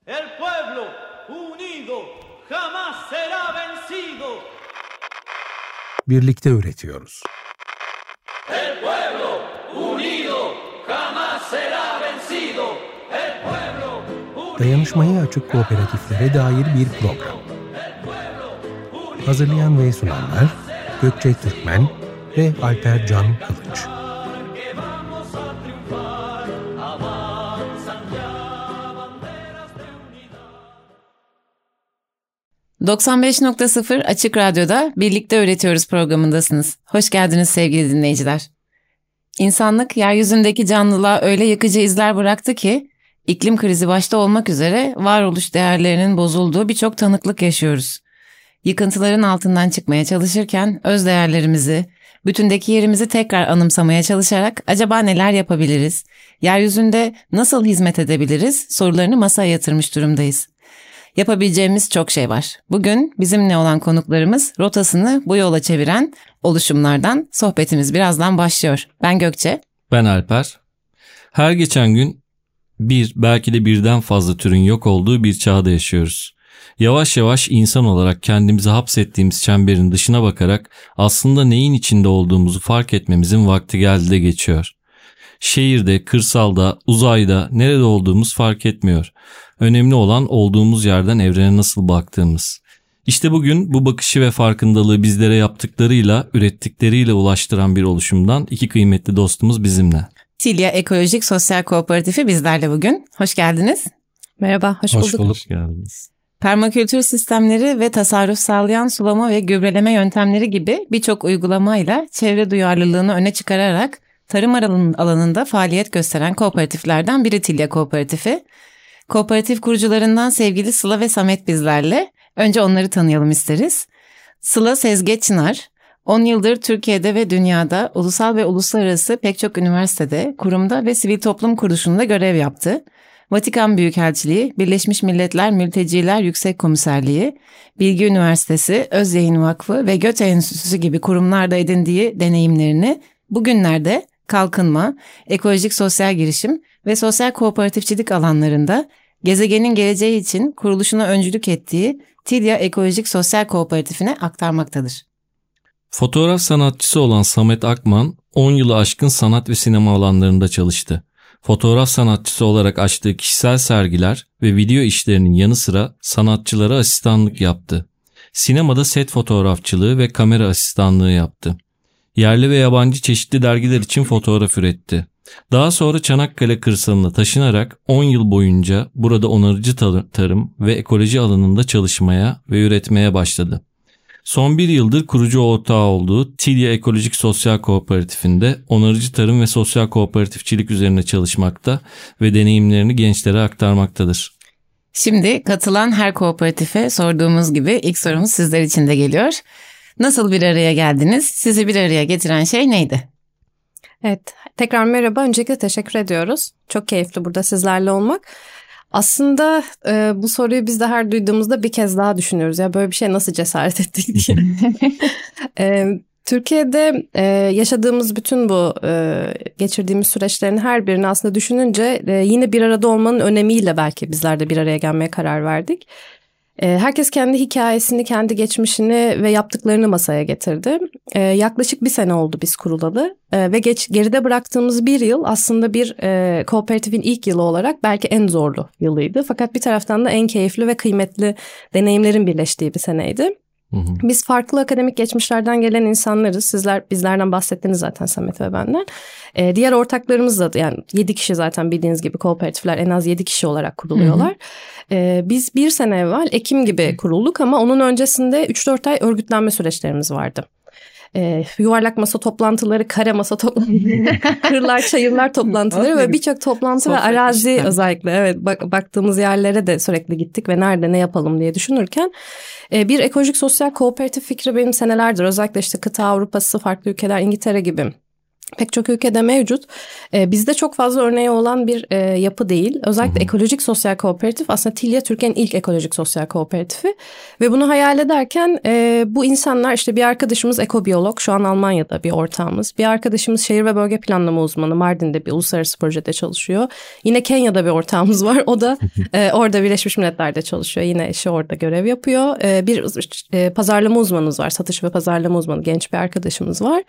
El pueblo unido jamás será vencido. Birlikte üretiyoruz. El pueblo unido jamás será vencido. El pueblo unido. Dayanışmaya açık kooperatiflere dair bir program. Hazırlayan ve sunanlar Gökçe Türkmen ve Alper Can Kılıç. 95.0 Açık Radyo'da Birlikte Öğretiyoruz programındasınız. Hoş geldiniz sevgili dinleyiciler. İnsanlık yeryüzündeki canlılığa öyle yıkıcı izler bıraktı ki iklim krizi başta olmak üzere varoluş değerlerinin bozulduğu birçok tanıklık yaşıyoruz. Yıkıntıların altından çıkmaya çalışırken öz değerlerimizi, bütündeki yerimizi tekrar anımsamaya çalışarak acaba neler yapabiliriz, yeryüzünde nasıl hizmet edebiliriz sorularını masaya yatırmış durumdayız. Yapabileceğimiz çok şey var. Bugün bizimle olan konuklarımız rotasını bu yola çeviren oluşumlardan sohbetimiz birazdan başlıyor. Ben Gökçe. Ben Alper. Her geçen gün belki de birden fazla türün yok olduğu bir çağda yaşıyoruz. Yavaş yavaş insan olarak kendimizi hapsettiğimiz çemberin dışına bakarak aslında neyin içinde olduğumuzu fark etmemizin vakti geldi de geçiyor. Şehirde, kırsalda, uzayda nerede olduğumuz fark etmiyor. Önemli olan olduğumuz yerden evrene nasıl baktığımız. İşte bugün bu bakışı ve farkındalığı bizlere yaptıklarıyla, ürettikleriyle ulaştıran bir oluşumdan iki kıymetli dostumuz bizimle. Tilya Ekolojik Sosyal Kooperatifi bizlerle bugün. Hoş geldiniz. Merhaba, hoş bulduk. Hoş geldiniz. Permakültür sistemleri ve tasarruf sağlayan sulama ve gübreleme yöntemleri gibi birçok uygulamayla çevre duyarlılığını öne çıkararak tarım alanında faaliyet gösteren kooperatiflerden biri Tilya Kooperatifi. Kooperatif kurucularından sevgili Sıla ve Samet bizlerle. Önce onları tanıyalım isteriz. Sıla Sezge Çınar, 10 yıldır Türkiye'de ve dünyada ulusal ve uluslararası pek çok üniversitede, kurumda ve sivil toplum kuruluşunda görev yaptı. Vatikan Büyükelçiliği, Birleşmiş Milletler Mülteciler Yüksek Komiserliği, Bilgi Üniversitesi, Özyeğin Vakfı ve Göte Enstitüsü gibi kurumlarda edindiği deneyimlerini bugünlerde kalkınma, ekolojik sosyal girişim ve sosyal kooperatifçilik alanlarında gezegenin geleceği için kuruluşuna öncülük ettiği Tilya Ekolojik Sosyal Kooperatifine aktarmaktadır. Fotoğraf sanatçısı olan Samet Akman 10 yılı aşkın sanat ve sinema alanlarında çalıştı. Fotoğraf sanatçısı olarak açtığı kişisel sergiler ve video işlerinin yanı sıra sanatçılara asistanlık yaptı. Sinemada set fotoğrafçılığı ve kamera asistanlığı yaptı. Yerli ve yabancı çeşitli dergiler için fotoğraf üretti. Daha sonra Çanakkale kırsalına taşınarak 10 yıl boyunca burada onarıcı tarım ve ekoloji alanında çalışmaya ve üretmeye başladı. Son bir yıldır kurucu ortağı olduğu Tilya Ekolojik Sosyal Kooperatifinde onarıcı tarım ve sosyal kooperatifçilik üzerine çalışmakta ve deneyimlerini gençlere aktarmaktadır. Şimdi katılan her kooperatife sorduğumuz gibi ilk sorumuz sizler için de geliyor. Nasıl bir araya geldiniz? Sizi bir araya getiren şey neydi? Evet, tekrar merhaba. Öncelikle teşekkür ediyoruz. Çok keyifli burada sizlerle olmak. Aslında bu soruyu biz de her duyduğumuzda bir kez daha düşünüyoruz. Ya böyle bir şeye nasıl cesaret ettik diye. Türkiye'de yaşadığımız bütün bu geçirdiğimiz süreçlerin her birini aslında düşününce yine bir arada olmanın önemiyle belki bizler de bir araya gelmeye karar verdik. Herkes kendi hikayesini, kendi geçmişini ve yaptıklarını masaya getirdi. Yaklaşık bir sene oldu biz kurulalı ve geride bıraktığımız bir yıl aslında bir kooperatifin ilk yılı olarak belki en zorlu yılıydı. Fakat bir taraftan da en keyifli ve kıymetli deneyimlerin birleştiği bir seneydi. Biz farklı akademik geçmişlerden gelen insanlarız. Sizler bizlerden bahsettiniz zaten Samet ve benden. Diğer ortaklarımız da yani 7 kişi zaten bildiğiniz gibi kooperatifler en az 7 kişi olarak kuruluyorlar. Biz bir sene evvel Ekim gibi kurulduk ama onun öncesinde 3-4 ay örgütlenme süreçlerimiz vardı. Yuvarlak masa toplantıları, kare masa toplantıları, kırlar, çayırlar toplantıları ve birçok toplantı ve arazi özellikle evet baktığımız yerlere de sürekli gittik ve nerede ne yapalım diye düşünürken bir ekolojik sosyal kooperatif fikri benim senelerdir özellikle işte kıta Avrupa'sı, farklı ülkeler, İngiltere gibi Pek çok ülkede mevcut. Bizde çok fazla örneği olan bir yapı değil. Özellikle ekolojik sosyal kooperatif. Aslında Tilya Türkiye'nin ilk ekolojik sosyal kooperatifi. Ve bunu hayal ederken bu insanlar, işte bir arkadaşımız ekobiyolog, şu an Almanya'da bir ortağımız. Bir arkadaşımız şehir ve bölge planlama uzmanı, Mardin'de bir uluslararası projede çalışıyor. Yine Kenya'da bir ortağımız var. O da orada Birleşmiş Milletler'de çalışıyor. Yine eşi orada görev yapıyor. Bir pazarlama uzmanımız var. Satış ve pazarlama uzmanı genç bir arkadaşımız var.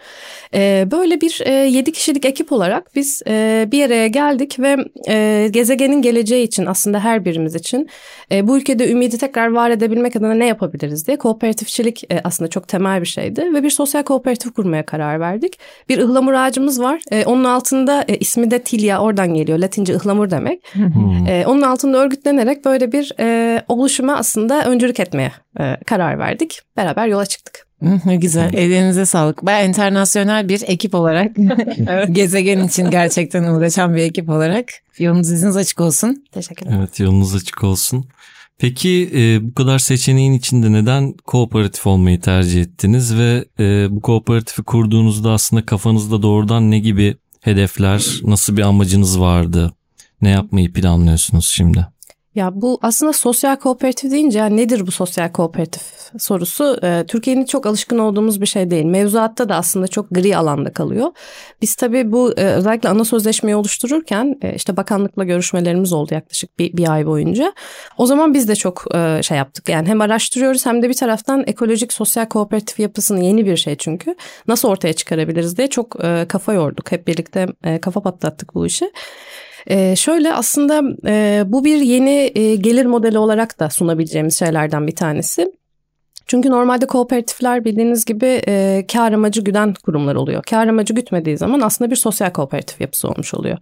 Böyle bir 7 kişilik ekip olarak biz bir araya geldik ve gezegenin geleceği için, aslında her birimiz için bu ülkede ümidi tekrar var edebilmek adına ne yapabiliriz diye, kooperatifçilik aslında çok temel bir şeydi ve bir sosyal kooperatif kurmaya karar verdik. Bir ıhlamur ağacımız var. Onun altında ismi de Tilya, oradan geliyor. Latince ıhlamur demek. Onun altında örgütlenerek böyle bir oluşuma aslında öncülük etmeye karar verdik. Beraber yola çıktık. Güzel. Ellerinize sağlık. Bayağı internasyonel bir ekip olarak gezegen için gerçekten uğraşan bir ekip olarak yolunuz iziniz açık olsun. Teşekkür ederim. Evet, yolunuz açık olsun. Peki bu kadar seçeneğin içinde neden kooperatif olmayı tercih ettiniz ve bu kooperatifi kurduğunuzda aslında kafanızda doğrudan ne gibi hedefler, nasıl bir amacınız vardı? Ne yapmayı planlıyorsunuz şimdi? Ya bu aslında sosyal kooperatif deyince, yani nedir bu sosyal kooperatif sorusu Türkiye'nin çok alışkın olduğumuz bir şey değil. Mevzuatta da aslında çok gri alanda kalıyor. Biz tabii bu özellikle ana sözleşmeyi oluştururken işte bakanlıkla görüşmelerimiz oldu yaklaşık bir ay boyunca. O zaman biz de çok şey yaptık. Yani hem araştırıyoruz hem de bir taraftan ekolojik sosyal kooperatif yapısını, yeni bir şey çünkü, nasıl ortaya çıkarabiliriz diye çok kafa yorduk. Hep birlikte kafa patlattık bu işi. Şöyle aslında bu bir yeni gelir modeli olarak da sunabileceğimiz şeylerden bir tanesi. Çünkü normalde kooperatifler bildiğiniz gibi kar amacı güden kurumlar oluyor. Kar amacı gütmediği zaman aslında bir sosyal kooperatif yapısı olmuş oluyor.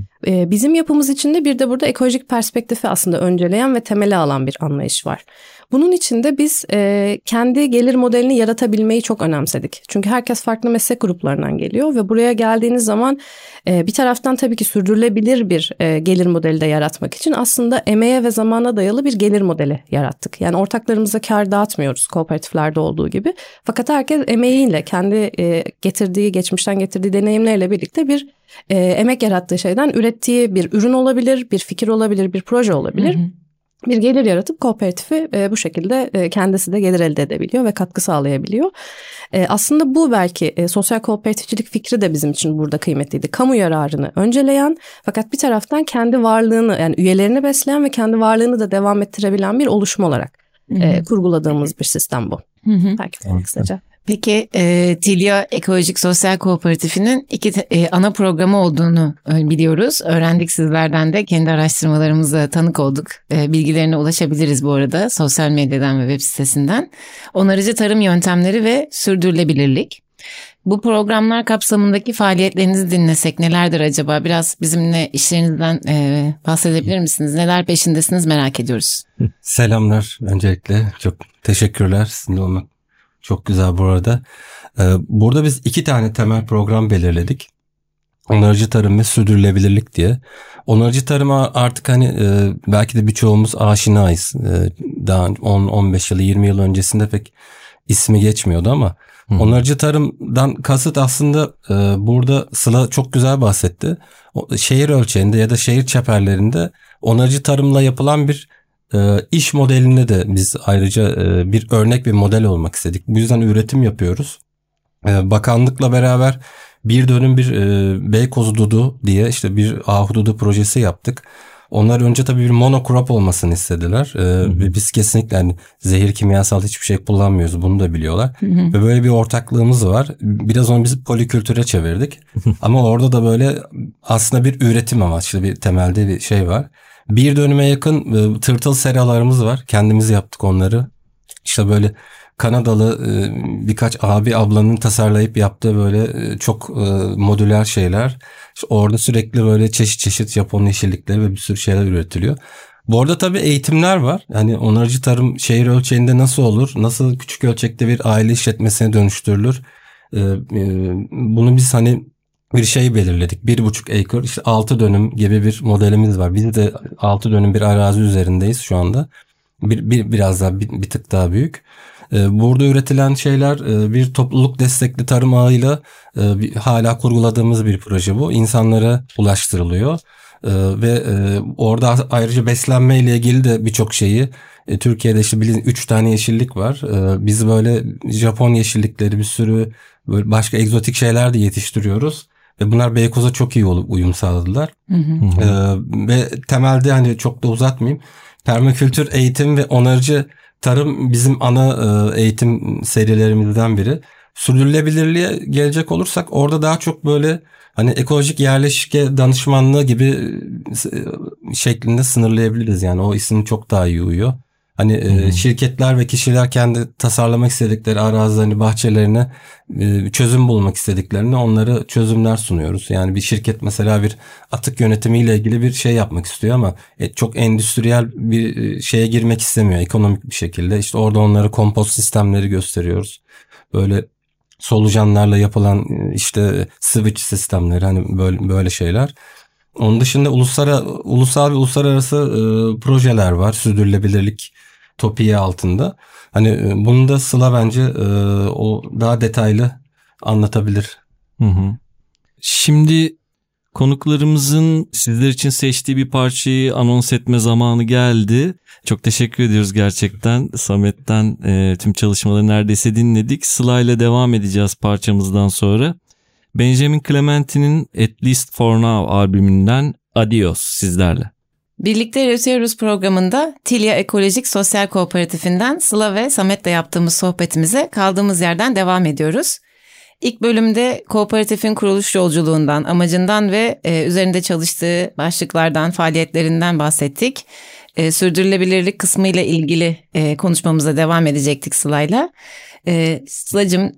Bizim yapımız içinde bir de burada ekolojik perspektifi aslında önceleyen ve temeli alan bir anlayış var. Bunun için de biz kendi gelir modelini yaratabilmeyi çok önemsedik. Çünkü herkes farklı meslek gruplarından geliyor ve buraya geldiğiniz zaman bir taraftan tabii ki sürdürülebilir bir gelir modeli de yaratmak için aslında emeğe ve zamana dayalı bir gelir modeli yarattık. Yani ortaklarımıza kar dağıtmıyoruz kooperatiflerde olduğu gibi. Fakat herkes emeğiyle, kendi geçmişten getirdiği deneyimleriyle birlikte bir emek yarattığı şeyden ürettiği bir ürün olabilir, bir fikir olabilir, bir proje olabilir. Bir gelir yaratıp kooperatifi bu şekilde kendisi de gelir elde edebiliyor ve katkı sağlayabiliyor. Aslında bu belki sosyal kooperatifçilik fikri de bizim için burada kıymetliydi. Kamu yararını önceleyen fakat bir taraftan kendi varlığını, yani üyelerini besleyen ve kendi varlığını da devam ettirebilen bir oluşum olarak kurguladığımız bir sistem bu. Belki kısaca. Peki Tilya Ekolojik Sosyal Kooperatifi'nin iki ana programı olduğunu biliyoruz. Öğrendik sizlerden de, kendi araştırmalarımıza tanık olduk. Bilgilerine ulaşabiliriz bu arada sosyal medyadan ve web sitesinden. Onarıcı tarım yöntemleri ve sürdürülebilirlik. Bu programlar kapsamındaki faaliyetlerinizi dinlesek nelerdir acaba? Biraz bizimle işlerinizden bahsedebilir misiniz? Neler peşindesiniz, merak ediyoruz. Selamlar öncelikle. Çok teşekkürler. Sizinle olmak çok güzel bu arada. Burada biz 2 tane temel program belirledik. Onarıcı tarım ve sürdürülebilirlik diye. Onarıcı tarıma artık hani belki de birçoğumuz aşinayız. Daha 10-15 yıl, 20 yıl öncesinde pek ismi geçmiyordu ama onarıcı tarımdan kasıt aslında burada Sıla çok güzel bahsetti. Şehir ölçeğinde ya da şehir çeperlerinde onarıcı tarımla yapılan bir iş modeline de biz ayrıca bir örnek, bir model olmak istedik. Bu yüzden üretim yapıyoruz. Bakanlıkla beraber bir dönüm bir Beykoz Dudu diye işte bir ahududu projesi yaptık. Onlar önce tabii bir monokrap olmasını istediler. Ve biz kesinlikle yani zehir, kimyasal hiçbir şey kullanmıyoruz. Bunu da biliyorlar. Ve böyle bir ortaklığımız var. Biraz onu biz polikültüre çevirdik. Ama orada da böyle aslında bir üretim amaçlı bir temelde bir şey var. Bir dönüme yakın tırtıl seralarımız var. Kendimiz yaptık onları. İşte böyle Kanadalı birkaç abi ablanın tasarlayıp yaptığı böyle çok modüler şeyler. İşte orada sürekli böyle çeşit çeşit Japon yeşillikleri ve bir sürü şeyler üretiliyor. Bu arada tabii eğitimler var. Hani onarıcı tarım şehir ölçeğinde nasıl olur? Nasıl küçük ölçekte bir aile işletmesine dönüştürülür? Bunu biz hani bir şey belirledik. 1,5 acre, işte 6 dönüm gibi bir modelimiz var. Biz de 6 dönüm bir arazi üzerindeyiz şu anda. Biraz daha bir tık daha büyük. Burada üretilen şeyler bir topluluk destekli tarım ağıyla hala kurguladığımız bir proje bu. İnsanlara ulaştırılıyor. Ve orada ayrıca beslenme ile ilgili de birçok şeyi Türkiye'de işte 3 tane yeşillik var. Biz böyle Japon yeşillikleri, bir sürü böyle başka egzotik şeyler de yetiştiriyoruz. Ve bunlar Beykoz'a çok iyi uyum sağladılar. Ve temelde hani çok da uzatmayayım. Permakültür eğitim ve onarıcı tarım bizim ana eğitim serilerimizden biri. Sürdürülebilirliğe gelecek olursak orada daha çok böyle hani ekolojik yerleşke danışmanlığı gibi şeklinde sınırlayabiliriz. Yani o isim çok daha iyi uyuyor. Hani şirketler ve kişiler kendi tasarlamak istedikleri arazilerini, bahçelerine çözüm bulmak istediklerini onlara çözümler sunuyoruz. Yani bir şirket mesela bir atık yönetimiyle ilgili bir şey yapmak istiyor ama çok endüstriyel bir şeye girmek istemiyor ekonomik bir şekilde. İşte orada onlara kompost sistemleri gösteriyoruz. Böyle solucanlarla yapılan işte switch sistemleri, hani böyle şeyler. Onun dışında ulusal ve uluslararası projeler var. Sürdürülebilirlik topiği altında. Hani bunu da Sıla bence o daha detaylı anlatabilir. Şimdi konuklarımızın sizler için seçtiği bir parçayı anons etme zamanı geldi. Çok teşekkür ediyoruz gerçekten. Samet'ten tüm çalışmaları neredeyse dinledik. Sıla ile devam edeceğiz parçamızdan sonra. Benjamin Clementi'nin At Least For Now albümünden Adios sizlerle. Birlikte Üretiyoruz programında Tilya Ekolojik Sosyal Kooperatifinden Sıla ve Samet'le yaptığımız sohbetimize kaldığımız yerden devam ediyoruz. İlk bölümde kooperatifin kuruluş yolculuğundan, amacından ve üzerinde çalıştığı başlıklardan, faaliyetlerinden bahsettik. Sürdürülebilirlik kısmı ile ilgili konuşmamıza devam edecektik Sıla'yla. Sıla'cığım,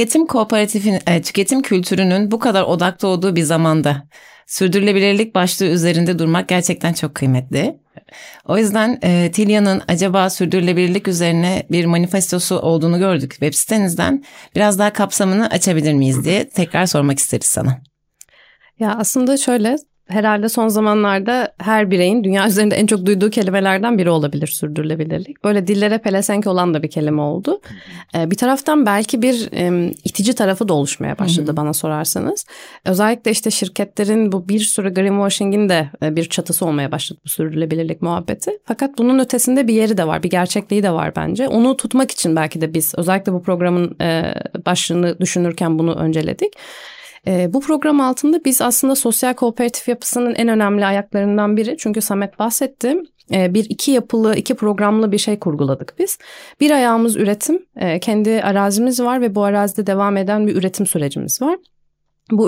tüketim kültürünün bu kadar odakta olduğu bir zamanda sürdürülebilirlik başlığı üzerinde durmak gerçekten çok kıymetli. O yüzden Tilya'nın acaba sürdürülebilirlik üzerine bir manifestosu olduğunu gördük web sitenizden. Biraz daha kapsamını açabilir miyiz diye tekrar sormak isteriz sana. Ya aslında şöyle, herhalde son zamanlarda her bireyin dünya üzerinde en çok duyduğu kelimelerden biri olabilir sürdürülebilirlik. Böyle dillere pelesenk olan da bir kelime oldu. Bir taraftan belki bir itici tarafı da oluşmaya başladı bana sorarsanız. Özellikle işte şirketlerin bu bir sürü greenwashing'in de bir çatısı olmaya başladı bu sürdürülebilirlik muhabbeti. Fakat bunun ötesinde bir yeri de var, bir gerçekliği de var bence. Onu tutmak için belki de biz özellikle bu programın başlığını düşünürken bunu önceledik. Bu program altında biz aslında sosyal kooperatif yapısının en önemli ayaklarından biri. Çünkü Samet bahsetti. İki yapılı, iki programlı bir şey kurguladık biz. Bir ayağımız üretim. Kendi arazimiz var ve bu arazide devam eden bir üretim sürecimiz var. Bu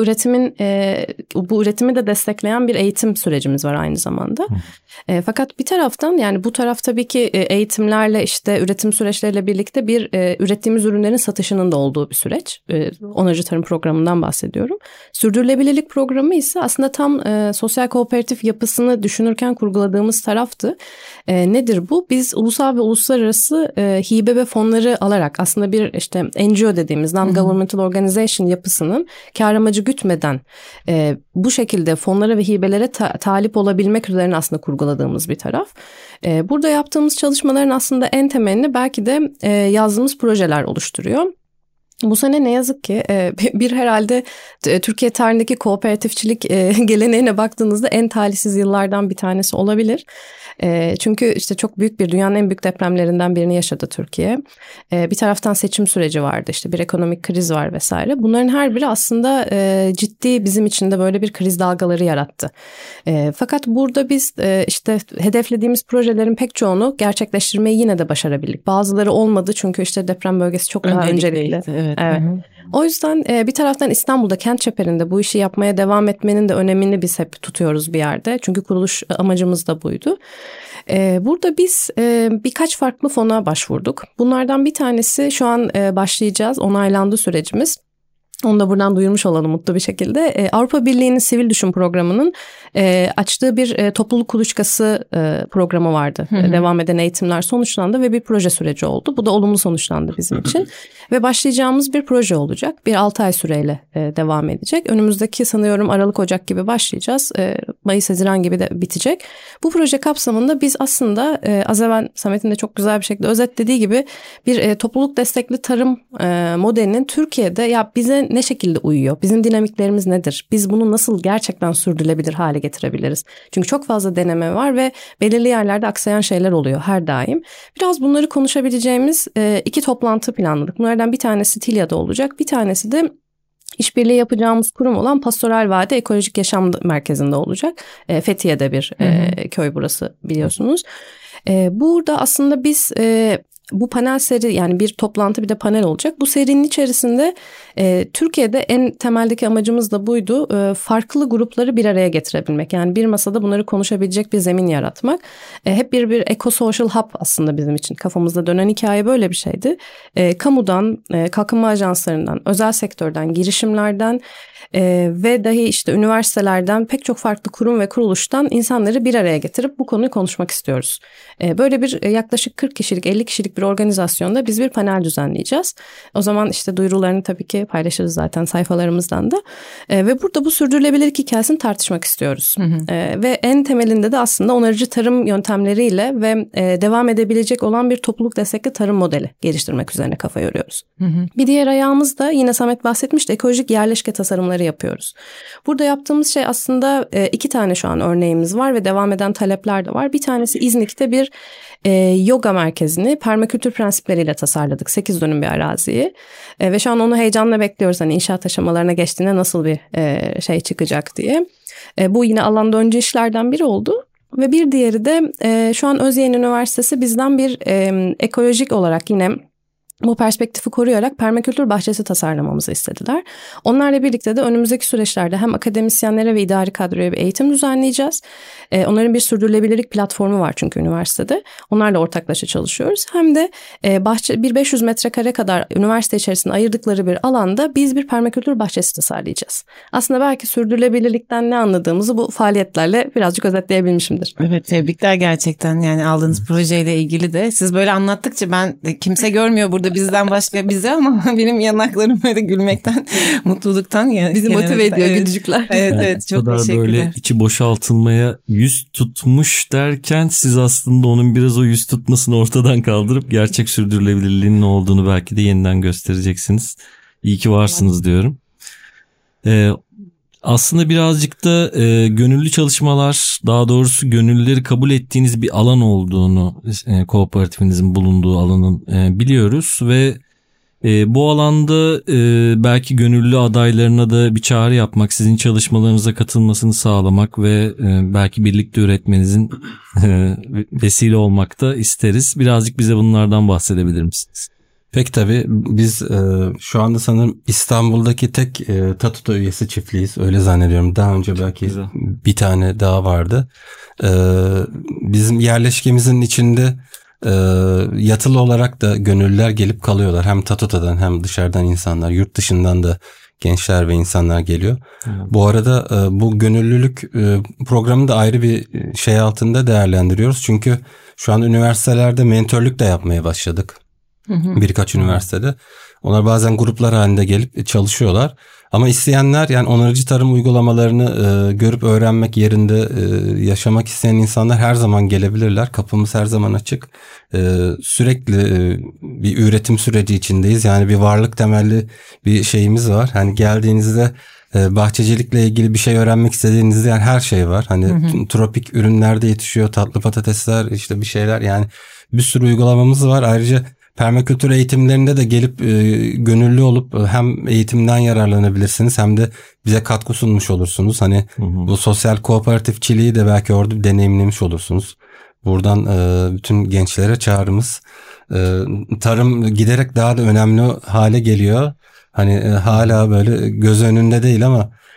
üretimi de destekleyen bir eğitim sürecimiz var aynı zamanda. Fakat bir taraftan, yani bu taraf tabii ki eğitimlerle, işte üretim süreçleriyle birlikte bir ürettiğimiz ürünlerin satışının da olduğu bir süreç. Onarıcı tarım programından bahsediyorum. Sürdürülebilirlik programı ise aslında tam sosyal kooperatif yapısını düşünürken kurguladığımız taraftı. Nedir bu? Biz ulusal ve uluslararası hibe ve fonları alarak aslında bir işte NGO dediğimiz non-governmental organization yapısının kar amacı gütmeden bu şekilde fonlara ve hibelere talip olabilmek üzerine aslında kurguladığımız bir taraf. Burada yaptığımız çalışmaların aslında en temelini belki de yazdığımız projeler oluşturuyor. Bu sene ne yazık ki bir herhalde Türkiye tarihindeki kooperatifçilik geleneğine baktığınızda en talihsiz yıllardan bir tanesi olabilir. Çünkü işte çok büyük dünyanın en büyük depremlerinden birini yaşadı Türkiye. Bir taraftan seçim süreci vardı, işte bir ekonomik kriz var vesaire. Bunların her biri aslında ciddi bizim için de böyle bir kriz dalgaları yarattı. Fakat burada biz işte hedeflediğimiz projelerin pek çoğunu gerçekleştirmeyi yine de başarabildik. Bazıları olmadı çünkü işte deprem bölgesi çok daha öncelikli. Evet. O yüzden bir taraftan İstanbul'da kent çeperinde bu işi yapmaya devam etmenin de önemini biz hep tutuyoruz bir yerde. Çünkü kuruluş amacımız da buydu. Burada biz birkaç farklı fona başvurduk. Bunlardan bir tanesi şu an başlayacağız, onaylandı sürecimiz. Onu da buradan duyurmuş olalım mutlu bir şekilde. Avrupa Birliği'nin Sivil Düşün Programı'nın açtığı bir topluluk kuluçkası programı vardı. Devam eden eğitimler sonuçlandı ve bir proje süreci oldu. Bu da olumlu sonuçlandı bizim için. Ve başlayacağımız bir proje olacak. Bir 6 ay süreyle devam edecek. Önümüzdeki sanıyorum Aralık-Ocak gibi başlayacağız. Mayıs-Haziran gibi de bitecek. Bu proje kapsamında biz aslında az evvel Samet'in de çok güzel bir şekilde özetlediği gibi bir topluluk destekli tarım modelinin Türkiye'de ya bize ne şekilde uyuyor? Bizim dinamiklerimiz nedir? Biz bunu nasıl gerçekten sürdürülebilir hale getirebiliriz? Çünkü çok fazla deneme var ve belirli yerlerde aksayan şeyler oluyor her daim. Biraz bunları konuşabileceğimiz 2 toplantı planladık. Bunlardan bir tanesi Tilya'da olacak. Bir tanesi de İşbirliği yapacağımız kurum olan Pastoral Vadi Ekolojik Yaşam Merkezi'nde olacak. Fethiye'de bir köy burası biliyorsunuz. Burada aslında biz bu panel seri yani bir toplantı bir de panel olacak. Bu serinin içerisinde Türkiye'de en temeldeki amacımız da buydu. Farklı grupları bir araya getirebilmek. Yani bir masada bunları konuşabilecek bir zemin yaratmak. Hep bir eco-social hub aslında bizim için. Kafamızda dönen hikaye böyle bir şeydi. Kamudan, kalkınma ajanslarından, özel sektörden, girişimlerden ve dahi işte üniversitelerden pek çok farklı kurum ve kuruluştan insanları bir araya getirip bu konuyu konuşmak istiyoruz. Böyle bir yaklaşık 40 kişilik 50 kişilik bir organizasyonda biz bir panel düzenleyeceğiz. O zaman işte duyurularını tabii ki paylaşırız zaten sayfalarımızdan da. Ve burada bu sürdürülebilirlik hikayesini tartışmak istiyoruz. Ve en temelinde de aslında onarıcı tarım yöntemleriyle ve devam edebilecek olan bir topluluk destekli tarım modeli geliştirmek üzerine kafa yoruyoruz. Bir diğer ayağımız da yine Samet bahsetmişti, ekolojik yerleşke tasarımları yapıyoruz. Burada yaptığımız şey aslında 2 tane şu an örneğimiz var ve devam eden talepler de var. Bir tanesi İznik'te bir yoga merkezini permakültür prensipleriyle tasarladık. 8 dönüm bir araziyi. Ve şu an onu heyecanla bekliyoruz. Hani inşaat aşamalarına geçtiğinde nasıl bir şey çıkacak diye. Bu yine alanda önce işlerden biri oldu. Ve bir diğeri de şu an Özyeğin Üniversitesi bizden bir ekolojik olarak yine bu perspektifi koruyarak permakültür bahçesi tasarlamamızı istediler. Onlarla birlikte de önümüzdeki süreçlerde hem akademisyenlere ve idari kadroya bir eğitim düzenleyeceğiz. Onların bir sürdürülebilirlik platformu var çünkü üniversitede. Onlarla ortaklaşa çalışıyoruz. Hem de bahçe bir 500 metrekare kadar üniversite içerisinde ayırdıkları bir alanda biz bir permakültür bahçesi tasarlayacağız. Aslında belki sürdürülebilirlikten ne anladığımızı bu faaliyetlerle birazcık özetleyebilmişimdir. Evet, tebrikler gerçekten. Yani aldığınız projeyle ilgili de siz böyle anlattıkça ben kimse görmüyor burada bizden başka bizi ama benim yanaklarım böyle gülmekten, mutluluktan. Yani bizi motive ediyor evet. Gülücükler. Evet, çok kadar teşekkürler. böyle içi boşaltılmaya yüz tutmuş derken siz aslında onun biraz o yüz tutmasını ortadan kaldırıp gerçek sürdürülebilirliğin ne olduğunu belki de yeniden göstereceksiniz. İyi ki varsınız diyorum. Aslında birazcık da gönüllü çalışmalar, daha doğrusu gönüllüleri kabul ettiğiniz bir alan olduğunu kooperatifinizin bulunduğu alanın biliyoruz ve bu alanda belki gönüllü adaylarına da bir çağrı yapmak, sizin çalışmalarınıza katılmasını sağlamak ve belki birlikte üretmenizin vesile olmak da isteriz. Birazcık bize bunlardan bahsedebilir misiniz? Peki tabii biz şu anda sanırım İstanbul'daki tek TATUTA üyesi çiftliğiz. Öyle zannediyorum. Daha önce belki güzel. Bir tane daha vardı. Bizim yerleşkemizin içinde yatılı olarak da gönüllüler gelip kalıyorlar. Hem TATUTA'dan hem dışarıdan insanlar, yurt dışından da gençler ve insanlar geliyor. Bu arada bu gönüllülük programını da ayrı bir şey altında değerlendiriyoruz. Çünkü şu an üniversitelerde mentörlük de yapmaya başladık. Birkaç üniversitede. Onlar bazen gruplar halinde gelip çalışıyorlar. Ama isteyenler, yani onarıcı tarım uygulamalarını görüp öğrenmek, yerinde yaşamak isteyen insanlar her zaman gelebilirler. Kapımız her zaman açık. Sürekli bir üretim süreci içindeyiz. Yani bir varlık temelli bir şeyimiz var. Hani geldiğinizde bahçecilikle ilgili bir şey öğrenmek istediğinizde yani her şey var. Hani tropik ürünlerde yetişiyor, tatlı patatesler, işte bir şeyler, yani bir sürü uygulamamız var. Ayrıca permakültür eğitimlerinde de gelip gönüllü olup hem eğitimden yararlanabilirsiniz hem de bize katkı sunmuş olursunuz. Hani bu sosyal kooperatifçiliği de belki orada deneyimlemiş olursunuz. Buradan bütün gençlere çağrımız. Tarım giderek daha da önemli hale geliyor. Hani hala böyle göz önünde değil ama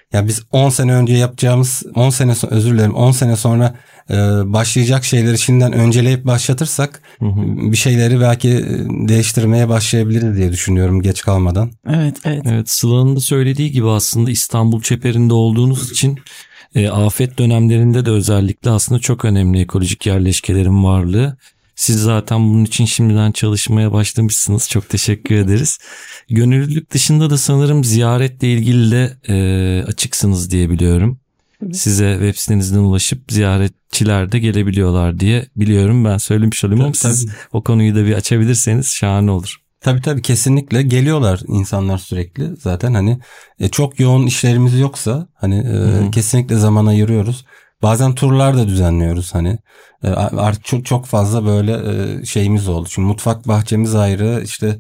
Ya biz 10 sene önce yapacağımız 10 sene sonra başlayacak şeyleri şimdiden önceleyip başlatırsak bir şeyleri belki değiştirmeye başlayabiliriz diye düşünüyorum geç kalmadan. Evet. Evet, Sıla'nın da söylediği gibi aslında İstanbul çeperinde olduğunuz için afet dönemlerinde de özellikle aslında çok önemli ekolojik yerleşkelerin varlığı. Siz zaten bunun için şimdiden çalışmaya başlamışsınız. Çok teşekkür ederiz. Gönüllülük dışında da sanırım ziyaretle ilgili de açıksınız diye biliyorum. Size web sitenizden ulaşıp ziyaretçiler de gelebiliyorlar diye biliyorum. Ben söylemiş olayım ama siz o konuyu da bir açabilirseniz şahane olur. Tabii kesinlikle geliyorlar insanlar sürekli. Zaten hani çok yoğun işlerimiz yoksa hani kesinlikle zaman ayırıyoruz. Bazen turlar da düzenliyoruz hani artık çok fazla böyle şeyimiz oldu. Çünkü mutfak bahçemiz ayrı, işte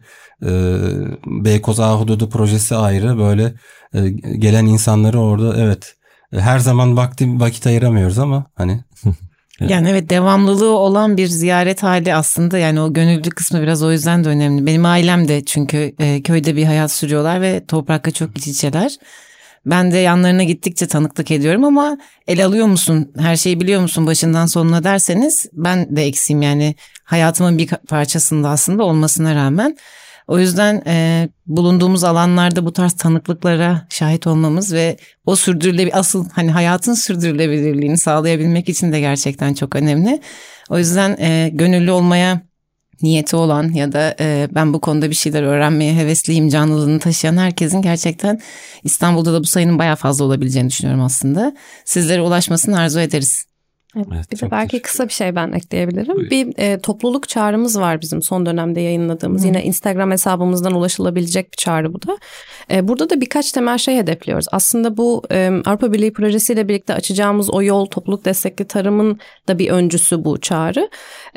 Beykoz Ahududu projesi ayrı, böyle gelen insanları orada her zaman vakit ayıramıyoruz ama hani. Yani evet, devamlılığı olan bir ziyaret hali aslında, yani o gönüllülük kısmı biraz o yüzden de önemli. Benim ailem de çünkü köyde bir hayat sürüyorlar ve toprakla çok iç içeler. Ben de yanlarına gittikçe tanıklık ediyorum ama el alıyor musun, her şeyi biliyor musun başından sonuna derseniz ben de eksiğim, yani hayatımın bir parçasında aslında olmasına rağmen. O yüzden bulunduğumuz alanlarda bu tarz tanıklıklara şahit olmamız ve o asıl hani hayatın sürdürülebilirliğini sağlayabilmek için de gerçekten çok önemli. O yüzden gönüllü olmaya niyeti olan ya da ben bu konuda bir şeyler öğrenmeye hevesliyim canlılığını taşıyan herkesin gerçekten İstanbul'da da bu sayının bayağı fazla olabileceğini düşünüyorum aslında. Sizlere ulaşmasını arzu ederiz. Evet, bir de belki kısa bir şey ben ekleyebilirim. Buyurun. Bir topluluk çağrımız var bizim son dönemde yayınladığımız. Yine Instagram hesabımızdan ulaşılabilecek bir çağrı bu da. Burada da birkaç temel şey hedefliyoruz. Aslında bu Avrupa Birliği projesiyle birlikte açacağımız o yol, topluluk destekli tarımın da bir öncüsü bu çağrı.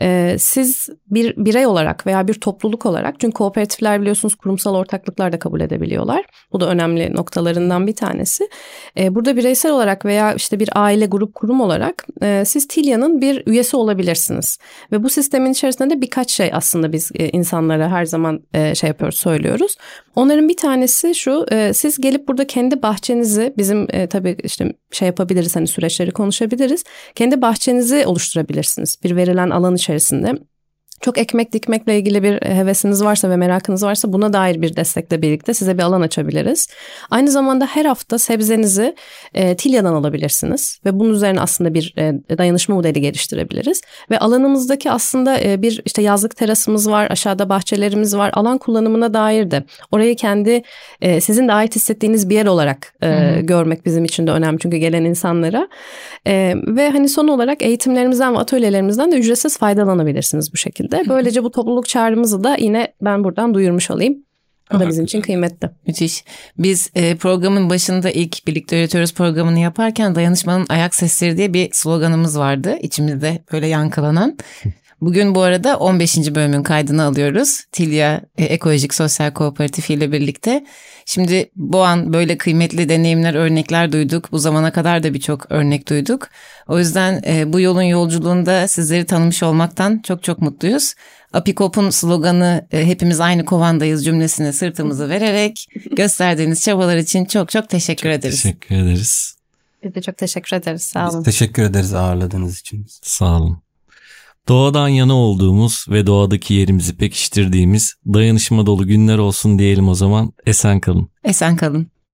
Siz bir birey olarak veya bir topluluk olarak, çünkü kooperatifler biliyorsunuz kurumsal ortaklıklar da kabul edebiliyorlar. Bu da önemli noktalarından bir tanesi. Burada bireysel olarak veya işte bir aile, grup, kurum olarak siz Tilya'nın bir üyesi olabilirsiniz. Ve bu sistemin içerisinde de birkaç şey aslında biz insanlara her zaman söylüyoruz. Onların bir tanesi şu: siz gelip burada kendi bahçenizi, bizim tabii işte yapabiliriz, hani süreçleri konuşabiliriz. Kendi bahçenizi oluşturabilirsiniz bir verilen alan içerisinde. Çok ekmek dikmekle ilgili bir hevesiniz varsa ve merakınız varsa buna dair bir destekle birlikte size bir alan açabiliriz. Aynı zamanda her hafta sebzenizi Tilya'dan alabilirsiniz ve bunun üzerine aslında bir dayanışma modeli geliştirebiliriz. Ve alanımızdaki aslında bir işte yazlık terasımız var, aşağıda bahçelerimiz var. Alan kullanımına dair de orayı kendi sizin de ait hissettiğiniz bir yer olarak görmek bizim için de önemli, çünkü gelen insanlara. Ve hani son olarak eğitimlerimizden ve atölyelerimizden de ücretsiz faydalanabilirsiniz bu şekilde. Böylece bu topluluk çağrımızı da yine ben buradan duyurmuş olayım. O da bizim için kıymetli. Müthiş. Biz programın başında ilk Birlikte Üretiyoruz programını yaparken dayanışmanın ayak sesleri diye bir sloganımız vardı. İçimizde böyle yankılanan. Bugün bu arada 15. bölümün kaydını alıyoruz. Tilya Ekolojik Sosyal Kooperatifi ile birlikte. Şimdi bu an böyle kıymetli deneyimler, örnekler duyduk. Bu zamana kadar da birçok örnek duyduk. O yüzden bu yolun yolculuğunda sizleri tanımış olmaktan çok çok mutluyuz. Apikop'un sloganı hepimiz aynı kovandayız cümlesine sırtımızı vererek gösterdiğiniz çabalar için çok çok teşekkür ederiz. Teşekkür ederiz. Biz de çok teşekkür ederiz. Sağ olun. Biz teşekkür ederiz ağırladığınız için. Sağ olun. Doğadan yana olduğumuz ve doğadaki yerimizi pekiştirdiğimiz dayanışma dolu günler olsun diyelim o zaman. Esen kalın. Esen kalın.